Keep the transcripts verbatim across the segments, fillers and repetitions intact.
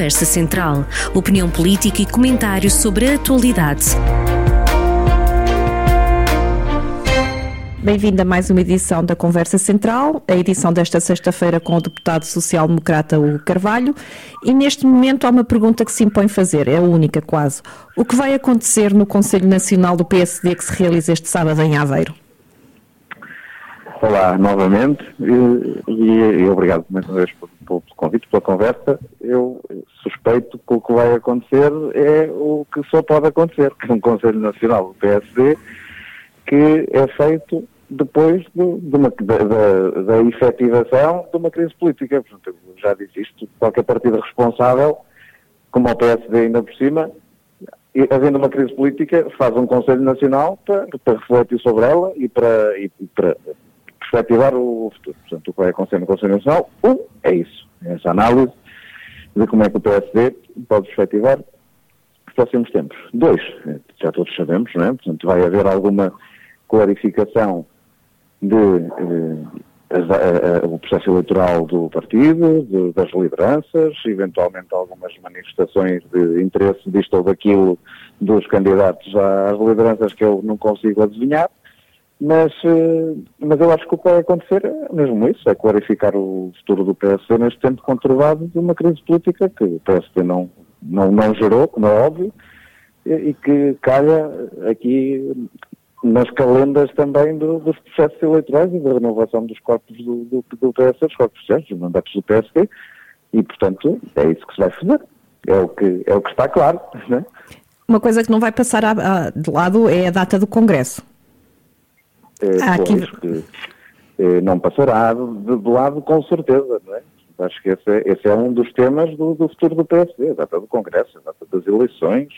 Conversa Central. Opinião política e comentários sobre a atualidade. Bem-vindo a mais uma edição da Conversa Central, a edição desta sexta-feira com o deputado social-democrata Hugo Carvalho. E neste momento há uma pergunta que se impõe fazer, é a única quase. O que vai acontecer no Conselho Nacional do P S D que se realiza este sábado em Aveiro? Olá, novamente, e, e, e obrigado mais uma vez pelo, pelo convite, pela conversa. Eu suspeito que o que vai acontecer é o que só pode acontecer, que é um Conselho Nacional do P S D que é feito depois de, de uma, da, da, da efetivação de uma crise política. Portanto, eu já disse isto, qualquer partido responsável, como o P S D ainda por cima, e, havendo uma crise política, faz um Conselho Nacional para, para refletir sobre ela e para, e, para perspectivar o futuro. Portanto, o que vai acontecer no Conselho Nacional, um, é isso, é essa análise de como é que o P S D pode perspectivar os próximos tempos. Dois, já todos sabemos, não é? Portanto, vai haver alguma clarificação de eh, a, a, o processo eleitoral do partido, de, das lideranças, eventualmente algumas manifestações de interesse disto ou daquilo dos candidatos às lideranças que eu não consigo adivinhar, mas, eh, mas eu acho que o que vai acontecer é mesmo isso, é clarificar o futuro do P S D neste tempo conturbado de uma crise política que o P S D não, não, não gerou, como é óbvio, e, e que calha aqui nas calendas também do, dos processos eleitorais e da renovação dos corpos do, do, do P S D, dos corpos dos mandatos do P S D, e portanto é isso que se vai fazer, é o que, é o que está claro, não é? Uma coisa que não vai passar a, a, de lado é a data do Congresso. É, ah, pois, aqui... que, é, não passará de, de lado com certeza, não é? Acho que esse é, esse é um dos temas do, do futuro do P S D, a data do Congresso, a data das eleições.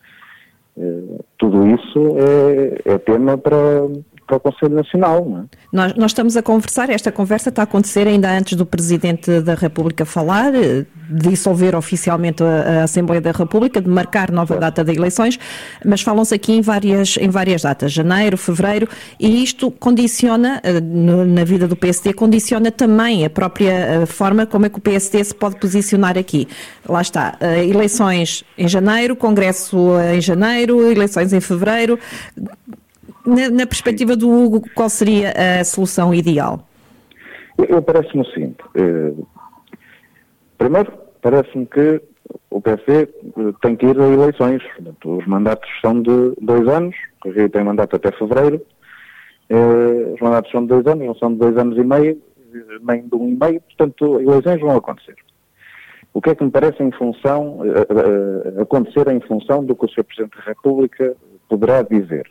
Uh, tudo isso é, é tema para, para o Conselho Nacional, não é? Nós, nós estamos a conversar, esta conversa está a acontecer ainda antes do Presidente da República falar, de dissolver oficialmente a, a Assembleia da República, de marcar nova data de eleições, mas falam-se aqui em várias, em várias datas, janeiro, fevereiro, e isto condiciona, no, na vida do P S D, condiciona também a própria forma como é que o P S D se pode posicionar aqui. Lá está, eleições em janeiro, Congresso em janeiro, eleições em fevereiro. Na, na perspectiva do Hugo, qual seria a solução ideal? Eu, eu parece-me o seguinte. Eh, primeiro, parece-me que o P S D tem que ir a eleições. Portanto, os mandatos são de dois anos, o Rio tem mandato até fevereiro. Eh, os mandatos são de dois anos, não são de dois anos e meio, nem de um e meio, portanto, eleições vão acontecer. O que é que me parece em função, eh, eh, acontecer em função do que o senhor Presidente da República poderá dizer?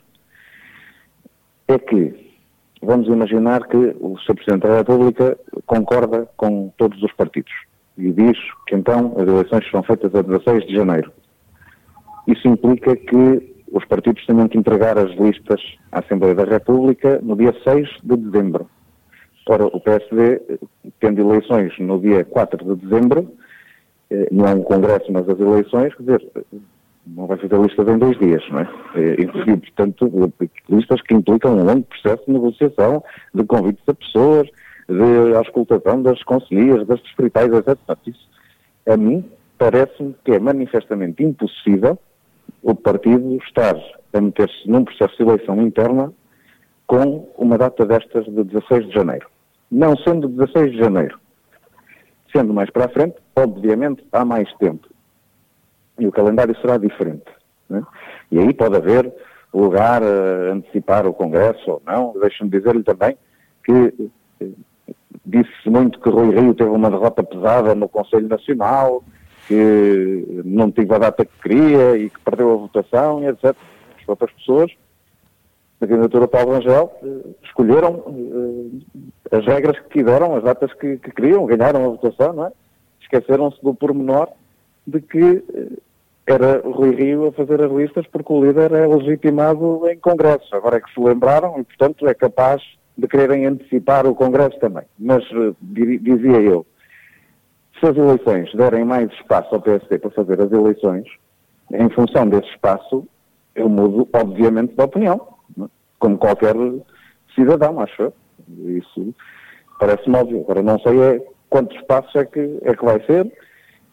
É que, vamos imaginar que o senhor Presidente da República concorda com todos os partidos e diz que então as eleições serão feitas a dezasseis de janeiro. Isso implica que os partidos tenham que entregar as listas à Assembleia da República no dia seis de dezembro. Ora, o P S D, tendo eleições no dia quatro de dezembro, não é um congresso, mas as eleições, quer dizer, não vai fazer listas em dois dias, não é? E, portanto, listas que implicam um longo processo de negociação, de convites a pessoas, de auscultação das conselheiras, das distritais, etcétera. Portanto, isso, a mim, parece-me que é manifestamente impossível o partido estar a meter-se num processo de eleição interna com uma data destas de dezasseis de janeiro. Não sendo dezasseis de janeiro, sendo mais para a frente, obviamente há mais tempo. E o calendário será diferente, né? E aí pode haver lugar a antecipar o Congresso ou não. Deixe-me dizer-lhe também que eh, disse-se muito que Rui Rio teve uma derrota pesada no Conselho Nacional, que não teve a data que queria e que perdeu a votação, e etcétera. As outras pessoas da candidatura Paulo Rangel eh, escolheram eh, as regras que quiseram, as datas que, que queriam, ganharam a votação, não é? Esqueceram-se do pormenor de que era o Rui Rio a fazer as listas porque o líder é legitimado em Congresso. Agora é que se lembraram e, portanto, é capaz de quererem antecipar o Congresso também. Mas, dizia eu, se as eleições derem mais espaço ao P S D para fazer as eleições, em função desse espaço, eu mudo, obviamente, de opinião, não é? Como qualquer cidadão, acho eu. Isso parece-me óbvio. Agora, não sei é quanto espaço é que, é que vai ser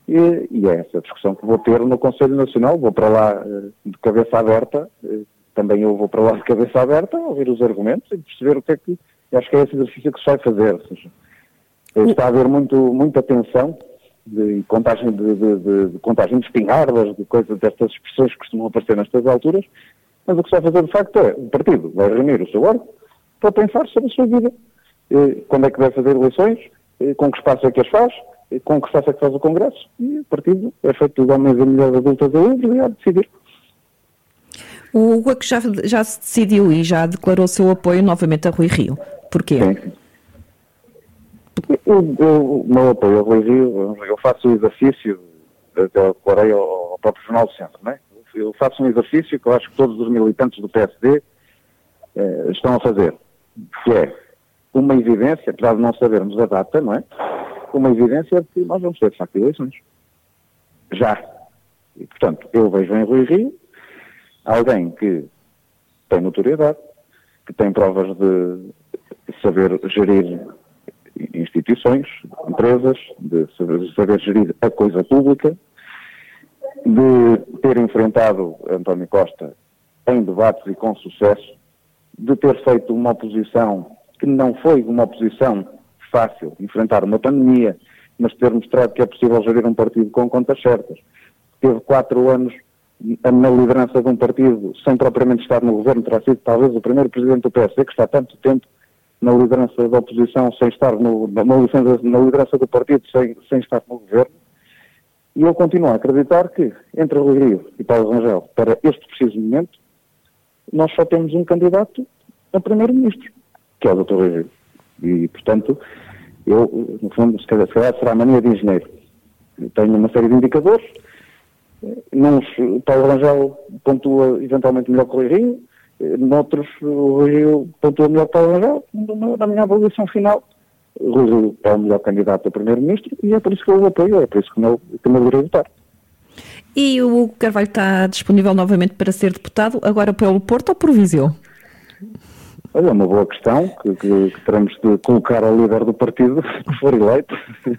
e, e é essa discussão que vou ter no Conselho Nacional. Vou para lá de cabeça aberta, também eu vou para lá de cabeça aberta, ouvir os argumentos e perceber o que é que... Acho que é esse exercício que se vai fazer. Ou seja, está a haver muito, muita tensão de contagem de, de, de, de contagem de espingardas, de coisas destas expressões que costumam aparecer nestas alturas, mas o que se vai fazer de facto é, o partido vai reunir o seu órgão para pensar sobre a sua vida. Quando é que vai fazer eleições, com que espaço é que as faz, com que espaço é que faz o Congresso, e o partido é feito de homens e mulheres adultas a livre e a decidir. O Hugo que já, já se decidiu e já declarou o seu apoio novamente a Rui Rio. Porquê? Sim. Eu, eu, o meu apoio a Rui Rio, eu faço o exercício, eu declarei ao, ao próprio Jornal do Centro, não é? Eu faço um exercício que eu acho que todos os militantes do P S D eh, estão a fazer, que é uma evidência, apesar de não sabermos a data, não é? Uma evidência de que nós vamos ter, de facto, eleições. Já. E, portanto, eu vejo em Rui Rio alguém que tem notoriedade, que tem provas de saber gerir instituições, empresas, de saber, saber gerir a coisa pública, de ter enfrentado António Costa em debates e com sucesso, de ter feito uma oposição que não foi uma oposição fácil, enfrentar uma pandemia, mas ter mostrado que é possível gerir um partido com contas certas. Teve quatro anos na liderança de um partido sem propriamente estar no governo, terá sido talvez o primeiro presidente do P S D que está tanto tempo na liderança da oposição sem estar no, na, liderança, na liderança do partido sem, sem estar no governo. E eu continuo a acreditar que, entre Rui Rio e Paulo Rangel, para este preciso momento, nós só temos um candidato a primeiro-ministro, que é o doutor Rui Rio. E, portanto, eu, no fundo, se calhar será a mania de engenheiro. Eu tenho uma série de indicadores. Nuns, Paulo Rangel pontua eventualmente melhor que o Rui Rio, noutros, o Rui Rio pontua melhor que o Paulo Rangel. Na minha avaliação final, o Rui Rio é o melhor candidato a primeiro-ministro e é por isso que eu o apoio, é por isso que eu, que eu irei votar. E o Hugo Carvalho está disponível novamente para ser deputado, agora pelo Porto ou por Viseu? Olha, é uma boa questão que, que, que teremos de colocar ao líder do partido, que for eleito.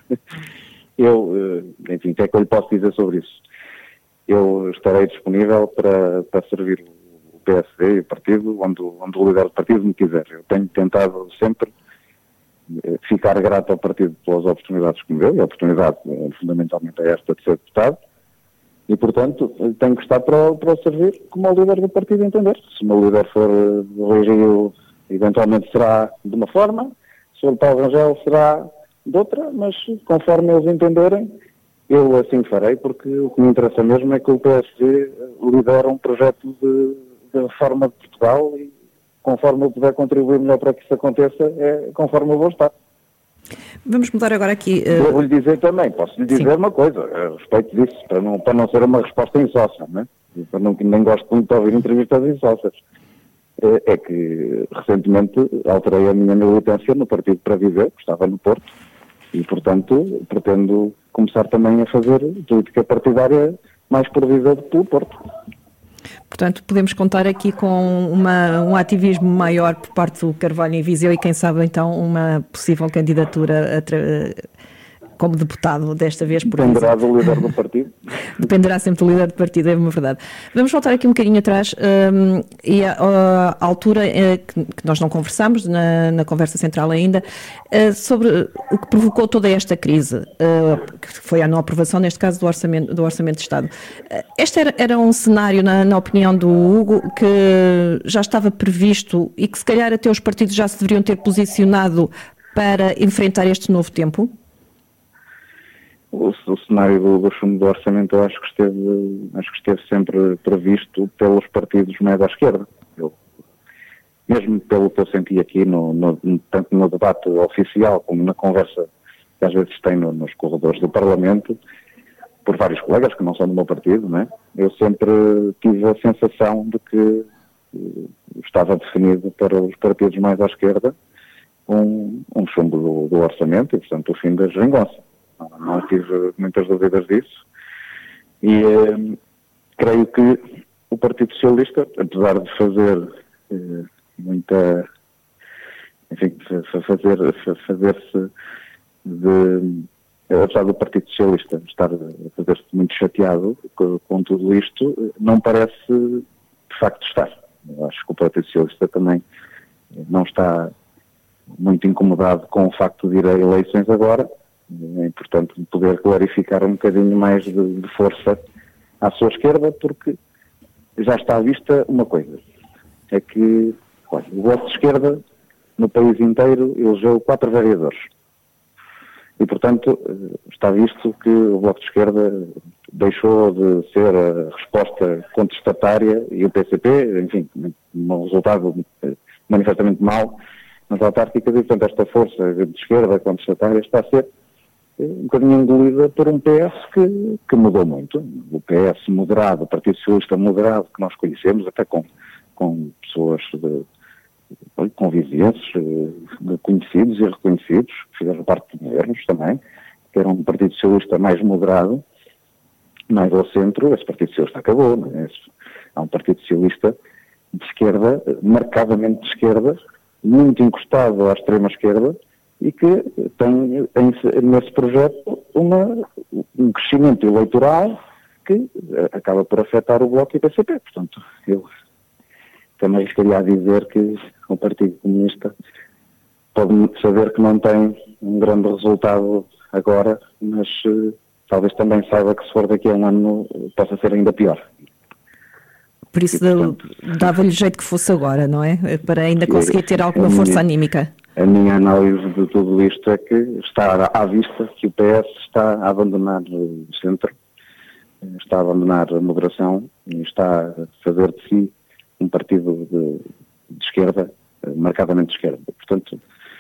Eu, enfim, o que é que eu lhe posso dizer sobre isso? Eu estarei disponível para, para servir o P S D e o partido onde, onde o líder do partido me quiser. Eu tenho tentado sempre ficar grato ao partido pelas oportunidades que me deu, e a oportunidade fundamentalmente é esta de ser deputado, e portanto tenho que estar para, para servir como o líder do partido entender. Se o meu líder for Rui Rio, eventualmente será de uma forma, se for Paulo Rangel será de outra, mas conforme eles entenderem, eu assim farei, porque o que me interessa mesmo é que o P S D lidera um projeto de, de reforma de Portugal e conforme eu puder contribuir melhor para que isso aconteça, é conforme eu vou estar. Vamos mudar agora aqui... Uh... Devo-lhe dizer também, posso-lhe dizer Sim. uma coisa, a respeito disso, para não, para não ser uma resposta insócia, não é? Eu não, nem gosto muito de ouvir entrevistas insócias. É, é que, recentemente, alterei a minha militância no Partido para Viver, que estava no Porto, e, portanto, pretendo começar também a fazer política partidária mais por Viseu do que pelo Porto. Portanto, podemos contar aqui com uma, um ativismo maior por parte do Carvalho em Viseu e, quem sabe, então, uma possível candidatura a tra... como deputado, desta vez por Viseu. Dependerá do líder do partido. Dependerá sempre do líder do partido, é uma verdade. Vamos voltar aqui um bocadinho atrás, um, e à altura uh, que, que nós não conversámos, na, na conversa central ainda, uh, sobre o que provocou toda esta crise, uh, que foi a não aprovação, neste caso, do Orçamento, do orçamento de Estado. Uh, este era, era um cenário, na, na opinião do Hugo, que já estava previsto e que, se calhar, até os partidos já se deveriam ter posicionado para enfrentar este novo tempo? O, o cenário do, do fundo do orçamento eu acho que esteve, acho que esteve sempre previsto pelos partidos mais à esquerda. Eu, mesmo pelo que eu senti aqui, no, no, tanto no debate oficial como na conversa que às vezes tem no, nos corredores do Parlamento, por vários colegas que não são do meu partido, né? Eu sempre tive a sensação de que uh, estava definido para os partidos mais à esquerda um, um chumbo do, do orçamento e, portanto, o fim da geringonça. Não tive muitas dúvidas disso e eh, creio que o Partido Socialista, apesar de fazer eh, muita, enfim, fazer, fazer-se de apesar do Partido Socialista estar a fazer-se muito chateado com, com tudo isto, não parece de facto estar. Eu acho que o Partido Socialista também não está muito incomodado com o facto de ir a eleições agora. É importante poder clarificar um bocadinho mais de, de força à sua esquerda, porque já está à vista uma coisa, é que olha, o Bloco de Esquerda no país inteiro elegeu quatro vereadores e, portanto, está visto que o Bloco de Esquerda deixou de ser a resposta contestatária e o P C P, enfim, um resultado manifestamente mau nas autárquicas, e, portanto, esta força de esquerda contestatária está a ser um bocadinho engolida por um P S que, que mudou muito. O P S moderado, o Partido Socialista moderado, que nós conhecemos, até com, com pessoas de, com vizinhos, de conhecidos e reconhecidos, que fizeram parte de governos também, que era um Partido Socialista mais moderado, mais ao centro. Esse Partido Socialista acabou, não é? Há um Partido Socialista de esquerda, marcadamente de esquerda, muito encostado à extrema-esquerda, e que tem, tem nesse projeto uma, um crescimento eleitoral que acaba por afetar o Bloco e o P C P. Portanto, eu também queria dizer que o Partido Comunista pode saber que não tem um grande resultado agora, mas uh, talvez também saiba que se for daqui a um ano possa ser ainda pior. Por isso dava-lhe jeito que fosse agora, não é? Para ainda conseguir ter alguma força anímica. A minha análise de tudo isto é que está à vista que o P S está a abandonar o centro, está a abandonar a moderação e está a fazer de si um partido de, de esquerda, marcadamente de esquerda. Portanto,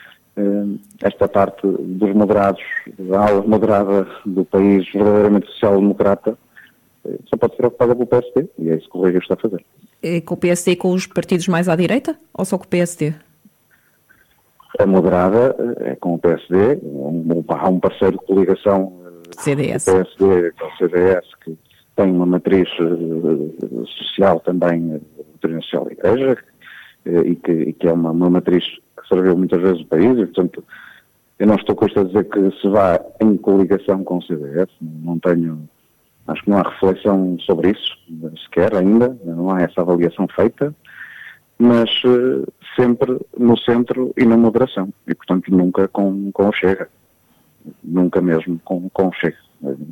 esta parte dos moderados, da ala moderada do país verdadeiramente social-democrata, só pode ser ocupada pelo P S D, e é isso que o Rui está a fazer. É com o P S D e com os partidos mais à direita, ou só com o P S D? A moderada é com o P S D, há um parceiro de coligação C D S. do P S D, com o C D S, que tem uma matriz uh, social também, a matriz social da Igreja, uh, e, que, e que é uma, uma matriz que serviu muitas vezes o país, e portanto eu não estou com isto a dizer que se vá em coligação com o C D S, não tenho, acho que não há reflexão sobre isso, sequer ainda, não há essa avaliação feita, mas uh, sempre no centro e na moderação, e portanto nunca com, com o Chega, nunca mesmo com, com o Chega.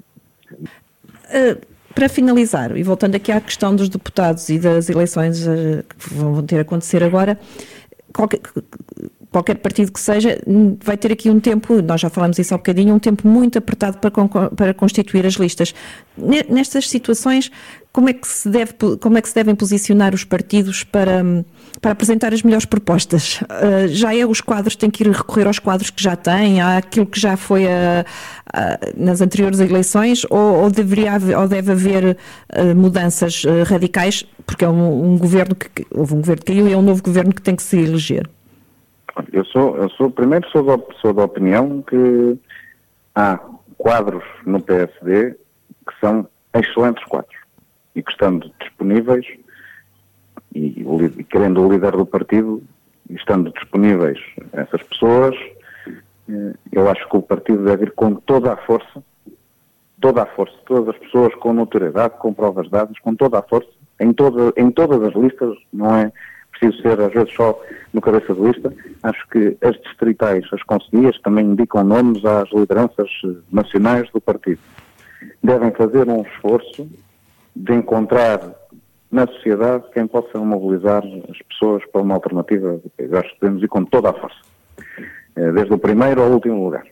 Uh, para finalizar, e voltando aqui à questão dos deputados e das eleições uh, que vão ter a acontecer agora, qualquer, qualquer partido que seja vai ter aqui um tempo, nós já falamos isso há um bocadinho, um tempo muito apertado para, para constituir as listas. Nestas situações, como é que se deve, como é que se devem posicionar os partidos para, para apresentar as melhores propostas? Uh, já é os quadros, tem que ir recorrer aos quadros que já têm, há aquilo que já foi a, a, nas anteriores eleições, ou, ou, deveria haver, ou deve haver uh, mudanças uh, radicais, porque é um, um governo que, houve um governo que caiu e é um novo governo que tem que se eleger? Eu sou, eu sou primeiro sou da, sou da opinião que há quadros no P S D que são excelentes quadros e que, estando disponíveis e, e querendo o líder do partido e estando disponíveis essas pessoas, eu acho que o partido deve ir com toda a força, toda a força, todas as pessoas com notoriedade, com provas dadas, com toda a força, em, toda, em todas as listas, não é preciso ser às vezes só no cabeça de lista. Acho que as distritais, as conselhias, também indicam nomes às lideranças nacionais do partido. Devem fazer um esforço de encontrar na sociedade quem possa mobilizar as pessoas para uma alternativa do país. Acho que devemos ir com toda a força, desde o primeiro ao último lugar.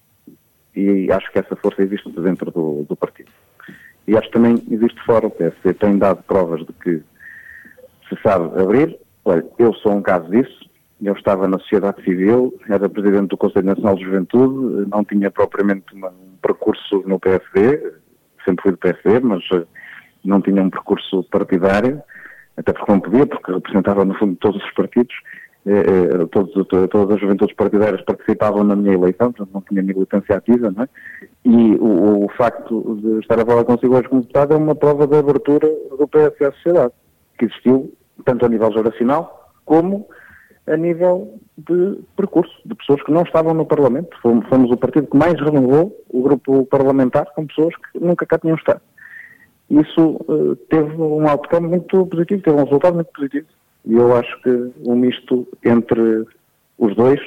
E acho que essa força existe dentro do, do partido. E acho que também existe fora. O P S D tem dado provas de que se sabe abrir. Olha, eu sou um caso disso. Eu estava na sociedade civil, era presidente do Conselho Nacional de Juventude, não tinha propriamente uma, um percurso no P S D, sempre fui do P S D, mas não tinha um percurso partidário, até porque não podia, porque representava no fundo todos os partidos, eh, todos, todas as juventudes partidárias participavam na minha eleição, portanto não tinha militância ativa, não é? E o, o facto de estar a falar consigo hoje como deputado é uma prova de abertura do P S D à sociedade, que existiu tanto a nível geracional como a nível de percurso, de pessoas que não estavam no Parlamento. Fomos, fomos o partido que mais renovou o grupo parlamentar com pessoas que nunca cá tinham estado. Isso uh, teve um outcome muito positivo, teve um resultado muito positivo. E eu acho que um misto entre os dois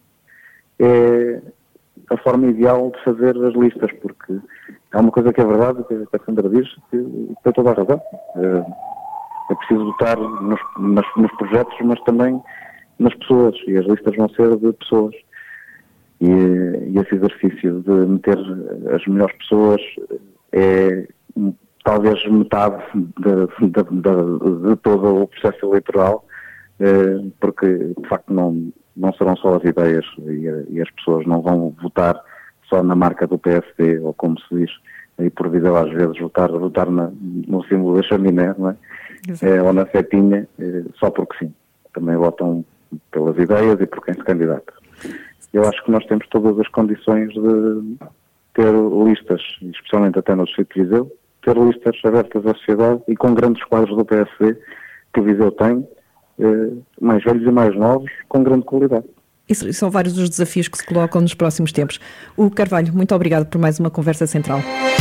é a forma ideal de fazer as listas, porque há uma coisa que é verdade, que a Sandra diz, que tem toda a razão. É preciso votar nos, nas, nos projetos, mas também nas pessoas, e as listas vão ser de pessoas. E, e esse exercício de meter as melhores pessoas é talvez metade de, de, de, de todo o processo eleitoral, porque de facto não, não serão só as ideias e, e as pessoas não vão votar só na marca do P S D, ou como se diz, e por visão às vezes votar, votar na, no símbolo da chaminé, não é? É, ou na setinha, é, só porque sim. Também votam pelas ideias e por quem se candidata. Eu acho que nós temos todas as condições de ter listas, especialmente até no Distrito de Viseu, ter listas abertas à sociedade e com grandes quadros do P S D que Viseu tem, eh, mais velhos e mais novos, com grande qualidade. E são vários os desafios que se colocam nos próximos tempos. Hugo Carvalho, muito obrigado por mais uma Conversa Central.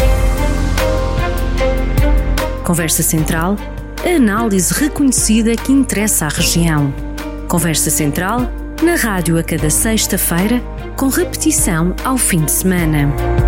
Conversa Central, a análise reconhecida que interessa à região. Conversa Central, na rádio a cada sexta-feira, com repetição ao fim de semana.